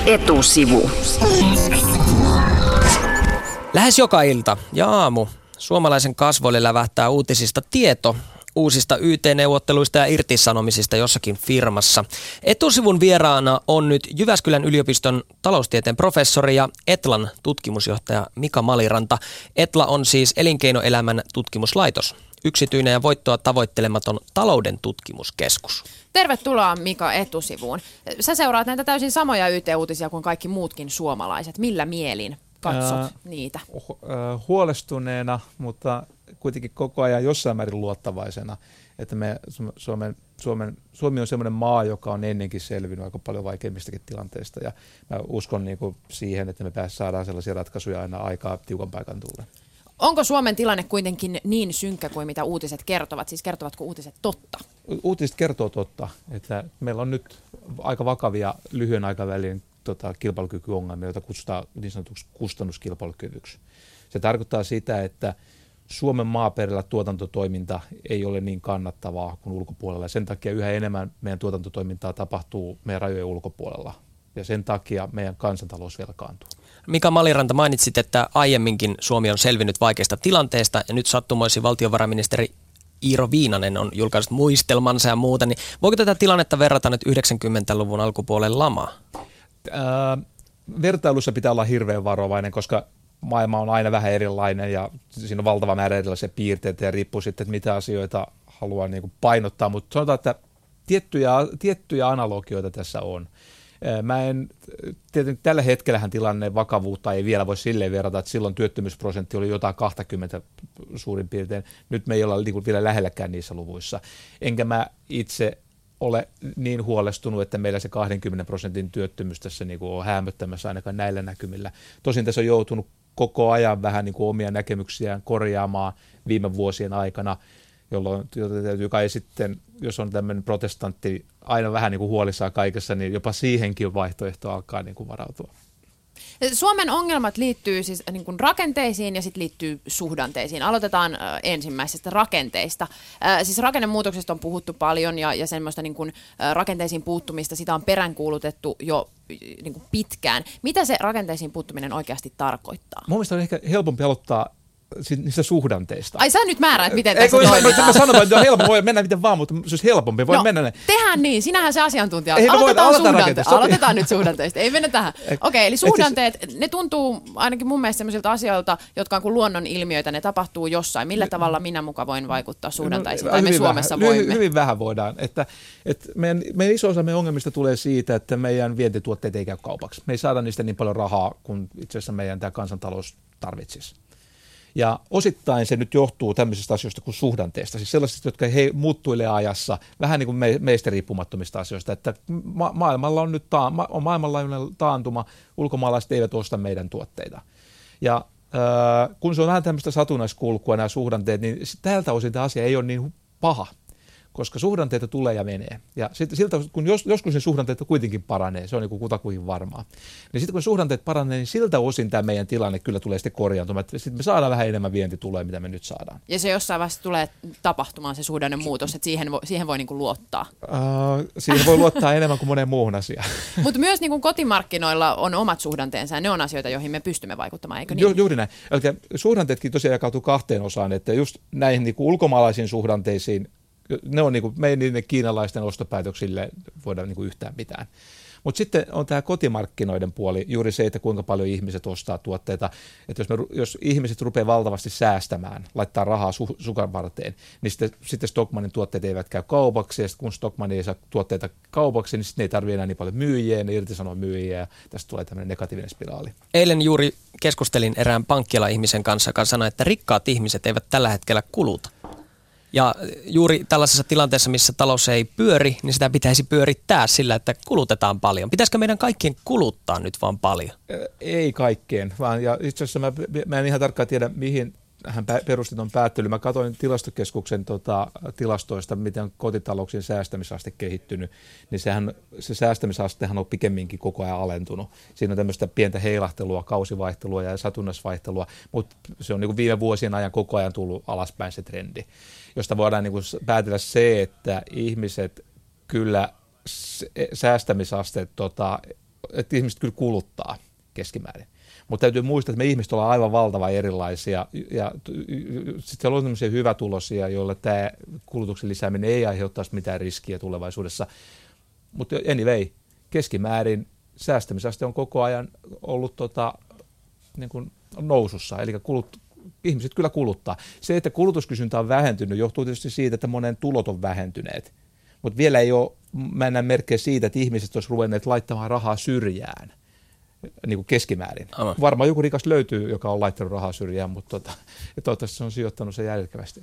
Etusivu. Lähes joka ilta ja aamu suomalaisen kasvoille lävähtää uutisista tieto uusista YT-neuvotteluista ja irtisanomisista jossakin firmassa. Etusivun vieraana on nyt Jyväskylän yliopiston taloustieteen professori ja Etlan tutkimusjohtaja Mika Maliranta. Etla on siis elinkeinoelämän tutkimuslaitos, yksityinen ja voittoa tavoittelematon talouden tutkimuskeskus. Tervetuloa Mika Etusivuun. Sä seuraat näitä täysin samoja YT-uutisia kuin kaikki muutkin suomalaiset. Millä mielin katsot niitä? Huolestuneena, mutta kuitenkin koko ajan jossain määrin luottavaisena, että Suomi on sellainen maa, joka on ennenkin selvinnyt aika paljon vaikeimmistakin tilanteista, ja mä uskon siihen, että me saadaan sellaisia ratkaisuja aina aikaa tiukan paikan tullen. Onko Suomen tilanne kuitenkin niin synkkä kuin mitä uutiset kertovat? Siis kertovatko uutiset totta? Uutiset kertoo totta, että meillä on nyt aika vakavia lyhyen aikavälin kilpailukykyongelmia, joita kutsutaan niin sanotuksi kustannuskilpailukyvyksi. Se tarkoittaa sitä, että Suomen maaperällä tuotantotoiminta ei ole niin kannattavaa kuin ulkopuolella. Sen takia yhä enemmän meidän tuotantotoimintaa tapahtuu meidän rajojen ulkopuolella. Ja sen takia meidän kansantalous velkaantuu. Mika Maliranta, mainitsit, että aiemminkin Suomi on selvinnyt vaikeista tilanteista ja nyt sattumoisin valtiovarainministeri Iiro Viinanen on julkaissut muistelmansa ja muuta. Niin voiko tätä tilannetta verrata nyt 90-luvun alkupuolen lamaan? Vertailussa pitää olla hirveän varovainen, koska maailma on aina vähän erilainen ja siinä on valtava määrä erilaisia piirteitä ja riippuu sitten, että mitä asioita haluaa painottaa, mutta sanotaan, että tiettyjä analogioita tässä on. Tietenkin tällä hetkellähän tilanne vakavuutta ei vielä voi silleen verrata, että silloin työttömyysprosentti oli jotain 20 suurin piirtein. Nyt me ei olla vielä lähelläkään niissä luvuissa. Enkä mä itse ole niin huolestunut, että meillä se 20% työttömyys tässä on häämöttämässä ainakaan näillä näkymillä. Tosin tässä on joutunut koko ajan vähän omia näkemyksiään korjaamaan viime vuosien aikana, jolloin täytyy kai sitten, jos on tämmöinen protestantti aina vähän huolissaan kaikessa, niin jopa siihenkin vaihtoehto alkaa varautua. Suomen ongelmat liittyy siis rakenteisiin ja sitten liittyy suhdanteisiin. Aloitetaan ensimmäisestä rakenteista. Siis rakennemuutoksesta on puhuttu paljon ja semmoista rakenteisiin puuttumista, sitä on peräänkuulutettu jo pitkään. Mitä se rakenteisiin puuttuminen oikeasti tarkoittaa? Mun mielestä on ehkä helpompi aloittaa niistä suhdanteista. Ai sä nyt määrät, miten tässä toimitaan. Mä sanon, että on helpompi, voi mennä miten vaan, mutta se olisi helpompi, voi mennä. Tehdään niin, sinähän se asiantuntija. Aloitetaan nyt suhdanteista, ei mennä tähän. Okei, eli suhdanteet, ne tuntuu ainakin mun mielestä sellaisilta asioilta, jotka on kuin luonnon ilmiöitä, ne tapahtuu jossain. Millä tavalla minä muka voin vaikuttaa suhdanteisiin, tai me Suomessa voimme? Hyvin vähän voidaan. Että meidän iso osa meidän ongelmista tulee siitä, että meidän vientituotteet ei käy kaupaksi. Me ei saada niistä niin paljon rahaa, kun itse asiassa meidän tämä kansantalous tarvitsisi. Ja osittain se nyt johtuu tämmöisistä asioista kuin suhdanteista, siis sellaisista, jotka muuttuilee ajassa, vähän niin kuin meistä riippumattomista asioista, että maailmalla on nyt maailmanlaajuinen taantuma, ulkomaalaiset eivät osta meidän tuotteita. Ja kun se on vähän tämmöistä satunnaiskulkua nämä suhdanteet, niin tältä osin tämä asia ei ole niin paha, koska suhdanteita tulee ja menee. Ja siltä, kun joskus ne suhdanteet kuitenkin paranee, se on kutakuinkin varmaa. Niin sitten kun suhdanteet paranee, niin siltä osin tämä meidän tilanne kyllä tulee sitten korjaantumaan. Sitten me saadaan vähän enemmän vientituloja, mitä me nyt saadaan. Ja se jossain vaiheessa tulee tapahtumaan se suhdanne muutos, että siihen voi luottaa. Siihen voi luottaa enemmän kuin moneen muuhun asiaan. Mutta myös kotimarkkinoilla on omat suhdanteensa ja ne on asioita, joihin me pystymme vaikuttamaan, eikö niin? Juuri näin. Eli suhdanteetkin tosiaan jakautuu kahteen osaan, että just näihin ulkomaalaisiin suhdanteisiin, ne on me ei niiden kiinalaisten ostopäätöksille voida yhtään mitään. Mutta sitten on tämä kotimarkkinoiden puoli, juuri se, että kuinka paljon ihmiset ostaa tuotteita. Että jos ihmiset rupeaa valtavasti säästämään, laittaa rahaa sukan varteen, niin sitten Stockmannin tuotteet eivät käy kaupaksi, ja kun Stockmann ei saa tuotteita kaupaksi, niin sitten ne ei tarvitse enää niin paljon myyjiä, ne irtisanoo myyjiä, ja tästä tulee tämmöinen negatiivinen spiraali. Eilen juuri keskustelin erään pankkiala-ihmisen kanssa, joka sanoi, että rikkaat ihmiset eivät tällä hetkellä kuluta. Ja juuri tällaisessa tilanteessa, missä talous ei pyöri, niin sitä pitäisi pyörittää sillä, että kulutetaan paljon. Pitäisikö meidän kaikkien kuluttaa nyt vaan paljon? Ei kaikkeen, vaan ja itse asiassa mä en ihan tarkkaan tiedä, mihin hän perusti tuon päättelyyn. Mä katsoin tilastokeskuksen tilastoista, miten on kotitalouksien säästämisaste kehittynyt, niin se säästämisastehan on pikemminkin koko ajan alentunut. Siinä on tämmöistä pientä heilahtelua, kausivaihtelua ja satunnaisvaihtelua, mutta se on viime vuosien ajan koko ajan tullut alaspäin se trendi, josta voidaan päätellä se, että ihmiset kyllä säästämisaste että ihmiset kyllä kuluttaa keskimäärin. Mutta täytyy muistaa, että me ihmiset ollaan aivan valtavan erilaisia ja sitten on sellaisia hyvätuloisia, joilla tämä kulutuksen lisääminen ei aiheuttaisi mitään riskiä tulevaisuudessa. Mutta anyway, keskimäärin säästämisaste on koko ajan ollut niin kuin nousussa, eli ihmiset kyllä kuluttaa. Se, että kulutuskysyntä on vähentynyt, johtuu tietysti siitä, että monen tulot on vähentyneet. Mutta vielä ei ole, mä en näe merkkejä siitä, että ihmiset olisivat ruvenneet laittamaan rahaa syrjään niin kuin keskimäärin. Varmaan joku rikas löytyy, joka on laittanut rahaa syrjään, mutta toivottavasti se on sijoittanut sen järkevästi.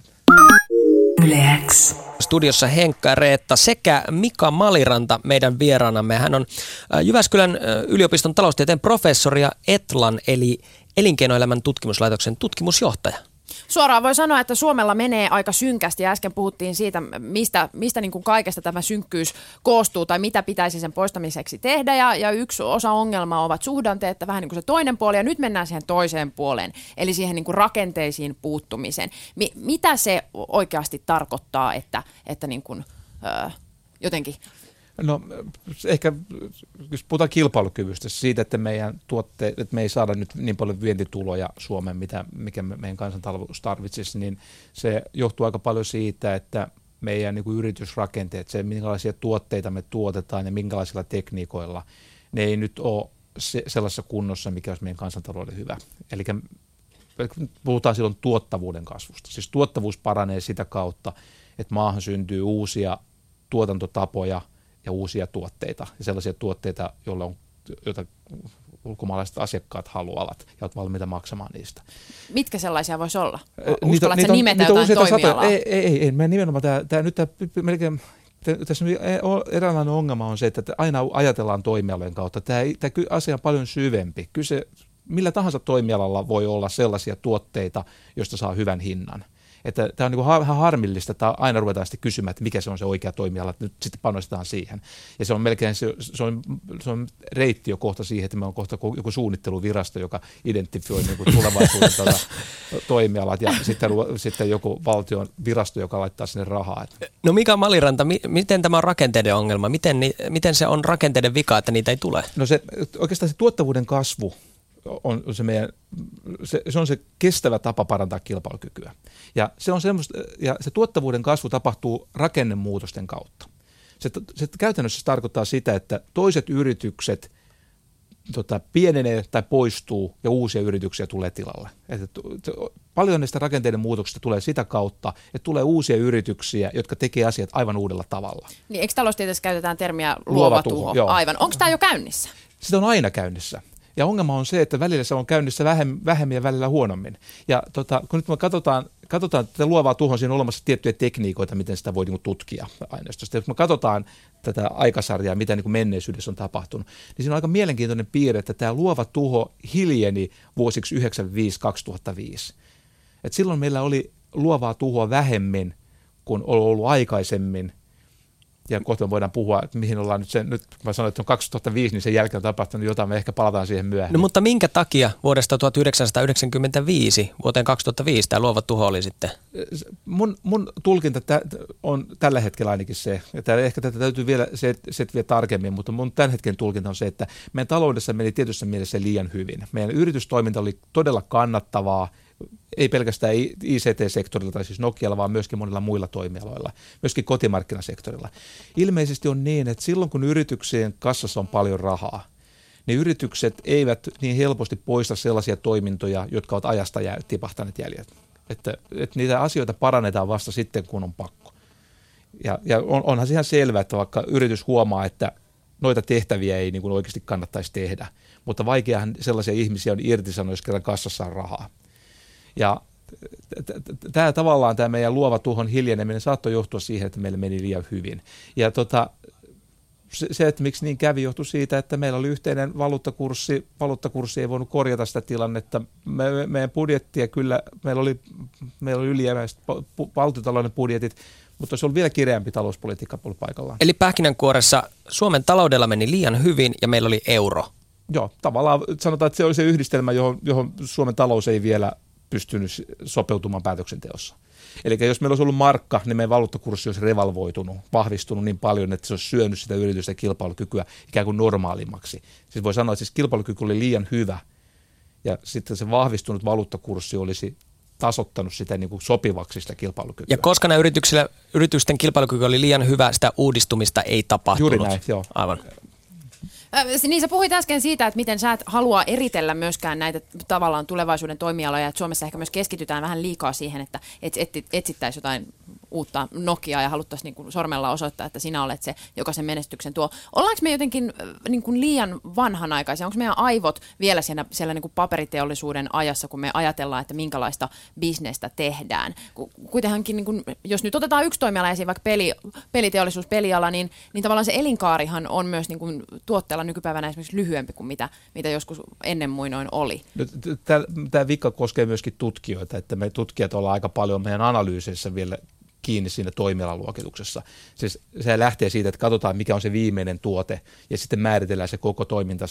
Studiossa Henkka ja Reetta sekä Mika Maliranta meidän vieraanamme. Hän on Jyväskylän yliopiston taloustieteen professori ja Etlan eli Elinkeinoelämän tutkimuslaitoksen tutkimusjohtaja. Suoraan voi sanoa, että Suomella menee aika synkästi ja äsken puhuttiin siitä, mistä niin kuin kaikesta tämä synkkyys koostuu tai mitä pitäisi sen poistamiseksi tehdä ja yksi osa ongelmaa ovat suhdanteet, vähän niin kuin se toinen puoli ja nyt mennään siihen toiseen puoleen, eli siihen niin kuin rakenteisiin puuttumiseen. Mitä se oikeasti tarkoittaa, että niin kuin, jotenkin... No ehkä, jos puhutaan kilpailukyvystä, siitä, että että me ei saada nyt niin paljon vientituloja Suomeen, mikä meidän kansantalous tarvitsisi, niin se johtuu aika paljon siitä, että meidän niin kuin yritysrakenteet, se minkälaisia tuotteita me tuotetaan ja minkälaisilla tekniikoilla, ne ei nyt ole sellaisessa kunnossa, mikä olisi meidän kansantaloudelle hyvä. Eli puhutaan silloin tuottavuuden kasvusta. Siis tuottavuus paranee sitä kautta, että maahan syntyy uusia tuotantotapoja, ja uusia tuotteita ja sellaisia tuotteita, joita ulkomaalaiset asiakkaat haluavat ja ovat valmiita maksamaan niistä. Mitkä sellaisia voisi olla? Uskallatko sä nimetä jotain toimialaa? Ei. Mä nimenomaan tässä eräänlainen ongelma on se, että aina ajatellaan toimialojen kautta. Tämä asia on paljon syvempi. Millä tahansa toimialalla voi olla sellaisia tuotteita, joista saa hyvän hinnan. Että tämä on niin kuin vähän harmillista, että aina ruvetaan sitten kysymään, että mikä se on se oikea toimiala, että nyt sitten panostetaan siihen. Ja se on melkein se on reitti jo kohta siihen, että me on kohta joku suunnitteluvirasto, joka identifioi niin kuin tulevaisuuden toimialat ja sitten joku valtion virasto, joka laittaa sinne rahaa. No Mika Maliranta, miten tämä on rakenteiden ongelma? Miten se on rakenteiden vika, että niitä ei tule? No oikeastaan se tuottavuuden kasvu on se kestävä tapa parantaa kilpailukykyä. Ja se tuottavuuden kasvu tapahtuu rakennemuutosten kautta. Se käytännössä tarkoittaa sitä, että toiset yritykset pienenee tai poistuu ja uusia yrityksiä tulee tilalle. Paljon näistä rakenteiden muutoksista tulee sitä kautta, että tulee uusia yrityksiä, jotka tekee asiat aivan uudella tavalla. Niin, eikö taloustieteessä käytetään termiä luova tuho? Aivan. Onko tämä jo käynnissä? Sitä on aina käynnissä. Ja ongelma on se, että välillä se on käynnissä vähemmän ja välillä huonommin. Ja kun nyt me katsotaan tätä luovaa tuhoa, siinä on olemassa tiettyjä tekniikoita, miten sitä voi tutkia aineistosta. Jos me katsotaan tätä aikasarjaa, mitä menneisyydessä on tapahtunut, niin siinä on aika mielenkiintoinen piirre, että tämä luova tuho hiljeni vuosiksi 1995-2005. Et silloin meillä oli luovaa tuhoa vähemmän kuin on ollut aikaisemmin. Ja kohta me voidaan puhua, että mihin ollaan nyt mä sanoin, että on 2005, niin sen jälkeen on tapahtunut jotain, me ehkä palataan siihen myöhemmin. No mutta minkä takia vuodesta 1995 vuoteen 2005 tämä luova tuho oli sitten? Mun tulkinta on tällä hetkellä ainakin se, että ehkä tätä täytyy vielä vielä tarkemmin, mutta mun tämän hetken tulkinta on se, että meidän taloudessa meni tietyssä mielessä liian hyvin. Meidän yritystoiminta oli todella kannattavaa, ei pelkästään ICT-sektorilla tai siis Nokialla, vaan myöskin monilla muilla toimialoilla, myöskin kotimarkkinasektorilla. Ilmeisesti on niin, että silloin kun yrityksien kassassa on paljon rahaa, niin yritykset eivät niin helposti poista sellaisia toimintoja, jotka ovat ajasta tipahtaneet jäljet. Että niitä asioita parannetaan vasta sitten, kun on pakko. Ja onhan se ihan selvää, että vaikka yritys huomaa, että noita tehtäviä ei niin kuin oikeasti kannattaisi tehdä, mutta vaikeahan sellaisia ihmisiä on irtisanoa, jos kerran kassassa on rahaa. Ja tämä meidän luova tuhon hiljeneminen saattoi johtua siihen, että meillä meni liian hyvin. Ja se, että miksi niin kävi, johtui siitä, että meillä oli yhteinen valuuttakurssi. Valuuttakurssi ei voinut korjata sitä tilannetta. Meidän budjettia kyllä, meillä oli ylijäämäiset valtiontalouden budjetit, mutta se oli vielä kireämpi talouspolitiikka paikallaan. Eli pähkinänkuoressa Suomen taloudella meni liian hyvin ja meillä oli euro. Joo, tavallaan sanotaan, että se oli se yhdistelmä, johon Suomen talous ei vielä pystynyt sopeutumaan päätöksenteossa. Eli jos meillä olisi ollut markka, niin meidän valuuttakurssi olisi revalvoitunut, vahvistunut niin paljon, että se olisi syönyt sitä yritysten kilpailukykyä ikään kuin normaalimmaksi. Siis voi sanoa, että siis kilpailukyky oli liian hyvä ja sitten se vahvistunut valuuttakurssi olisi tasoittanut sitä niin kuin sopivaksi sitä kilpailukykyä. Ja koska nämä yritysten kilpailukyky oli liian hyvä, sitä uudistumista ei tapahtunut. Juuri näin, joo. Aivan. Niin sä puhuit äsken siitä, että miten sä et halua eritellä myöskään näitä tavallaan tulevaisuuden toimialoja, että Suomessa ehkä myös keskitytään vähän liikaa siihen, että etsittäisiin jotain uutta Nokiaa ja haluttaisiin niin kuin sormella osoittaa, että sinä olet se, joka sen menestyksen tuo. Ollaanko me jotenkin niin kuin liian vanhanaikaisia? Onko meidän aivot vielä siellä niin kuin paperiteollisuuden ajassa, kun me ajatellaan, että minkälaista bisnestä tehdään? Kuitenkin, niin kuin, jos nyt otetaan yksi toimiala esiin, vaikka peliteollisuus, peliala, niin tavallaan se elinkaarihan on myös niin kuin tuotteella nykypäivänä esimerkiksi lyhyempi kuin mitä joskus ennen muinoin oli. Tämä vika koskee myöskin tutkijoita, että me tutkijat ollaan aika paljon meidän analyyseissä vielä kiinni siinä toimialaluokituksessa. Siis se lähtee siitä, että katsotaan mikä on se viimeinen tuote ja sitten määritellään se koko toiminta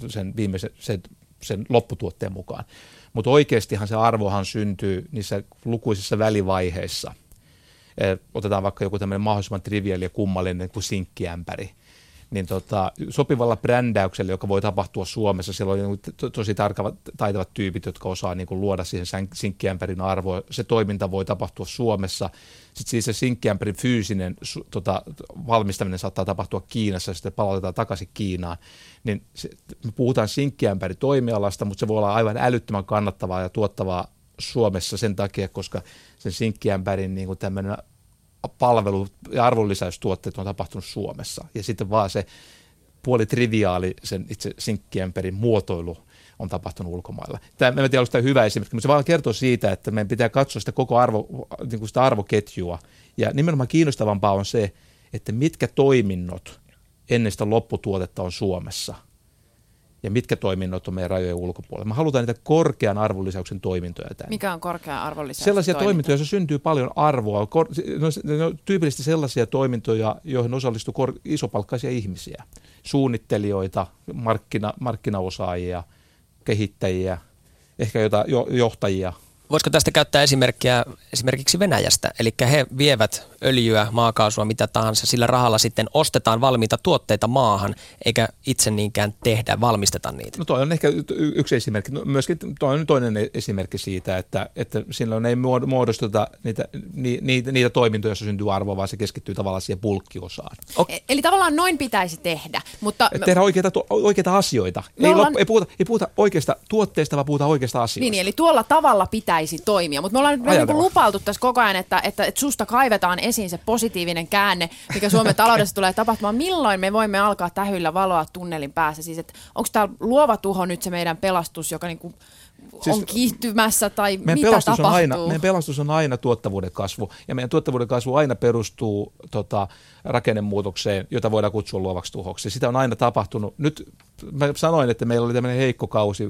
sen lopputuotteen mukaan. Mutta oikeastihan se arvohan syntyy niissä lukuisissa välivaiheissa. Otetaan vaikka joku tämmöinen mahdollisimman triviaali ja kummallinen kuin sinkkiämpäri. Niin sopivalla brändäyksellä, joka voi tapahtua Suomessa, siellä on tosi taitavat tyypit, jotka osaa niin kuin luoda siihen sinkkiämpärin arvoa. Se toiminta voi tapahtua Suomessa. Sitten siis se sinkkiämpärin fyysinen valmistaminen saattaa tapahtua Kiinassa ja sitten palautetaan takaisin Kiinaan. Niin me puhutaan sinkkiämpärin toimialasta, mutta se voi olla aivan älyttömän kannattavaa ja tuottavaa Suomessa sen takia, koska sen sinkkiämpärin niin kuin tämmöinen palvelu- ja arvonlisäystuotteet on tapahtunut Suomessa. Ja sitten vaan se puolitriviaali, sen itse sinkkiämpärin muotoilu on tapahtunut ulkomailla. En tiedä, onko tämä hyvä esimerkki, mutta se vaan kertoo siitä, että meidän pitää katsoa sitä koko niin kuin sitä arvoketjua. Ja nimenomaan kiinnostavampaa on se, että mitkä toiminnot ennen sitä lopputuotetta on Suomessa ja mitkä toiminnot on meidän rajojen ulkopuolella. Me halutaan niitä korkean arvonlisäyksen toimintoja tänne. Mikä on korkea arvonlisäyksen sellaisia toimintoja, joissa syntyy paljon arvoa. Ne on tyypillisesti sellaisia toimintoja, joihin osallistuu isopalkkaisia ihmisiä. Suunnittelijoita, markkinaosaajia, kehittäjiä, ehkä johtajia. Voisiko tästä käyttää esimerkkiä esimerkiksi Venäjästä? Eli he vievät öljyä, maakaasua, mitä tahansa. Sillä rahalla sitten ostetaan valmiita tuotteita maahan, eikä itse niinkään valmisteta niitä. No toi on ehkä yksi esimerkki. No myöskin toi on toinen esimerkki siitä, että silloin ei muodosteta niitä toimintoja, joissa syntyy arvoa, vaan se keskittyy tavallaan siihen bulkkiosaan. Eli tavallaan noin pitäisi tehdä. Mutta tehdä oikeita asioita. Ei puhuta oikeasta tuotteista, vaan puhutaan oikeasta asioista. Niin, eli tuolla tavalla pitäisi toimia, mutta me ollaan nyt niin lupailtu tässä koko ajan, että susta kaivetaan esiin se positiivinen käänne, mikä Suomen taloudessa tulee tapahtumaan. Milloin me voimme alkaa tähyillä valoa tunnelin päässä? Siis, onko tämä luova tuho nyt se meidän pelastus, joka niinku on kiihtymässä tai mitä tapahtuu? Meidän pelastus on aina tuottavuuden kasvu ja meidän tuottavuuden kasvu aina perustuu rakennemuutokseen, jota voidaan kutsua luovaksi tuhoksi. Sitä on aina tapahtunut. Nyt mä sanoin, että meillä oli tämmöinen heikko kausi 1995-2005.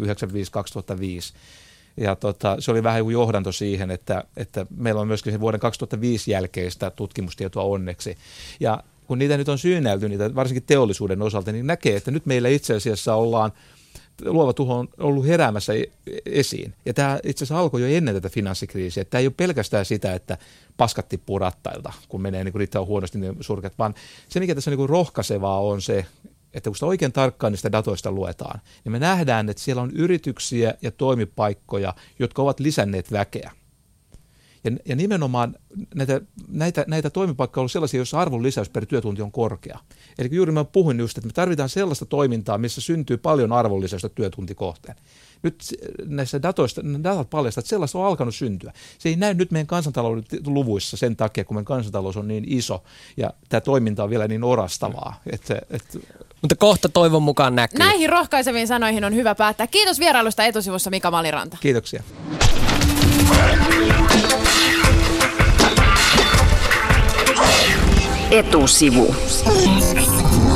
Ja se oli vähän kuin johdanto siihen, että meillä on myöskin sen vuoden 2005 jälkeistä tutkimustietoa onneksi. Ja kun niitä nyt on syynäyty, niitä varsinkin teollisuuden osalta, niin näkee, että nyt meillä itse asiassa luova tuho on ollut heräämässä esiin. Ja tämä itse asiassa alkoi jo ennen tätä finanssikriisiä. Tämä ei ole pelkästään sitä, että paskat tippuu rattailta, kun menee niin riittävän huonosti niin surkeat, vaan se, mikä tässä on niin rohkaisevaa, on se, että kun sitä oikein tarkkaan niistä datoista luetaan, niin me nähdään, että siellä on yrityksiä ja toimipaikkoja, jotka ovat lisänneet väkeä. Ja nimenomaan näitä toimipaikkoja on ollut sellaisia, joissa arvonlisäys per työtunti on korkea. Eli juuri mä puhuin just, että me tarvitaan sellaista toimintaa, missä syntyy paljon arvonlisäystä työtuntikohteen. Nyt näissä datat paljastavat, että sellaista on alkanut syntyä. Se ei näy nyt meidän kansantalouden luvuissa sen takia, kun meidän kansantalous on niin iso ja tämä toiminta on vielä niin orastavaa. Mutta kohta toivon mukaan näkyy. Näihin rohkaiseviin sanoihin on hyvä päättää. Kiitos vierailusta Etusivussa Mika Maliranta. Kiitoksia. Etusivu.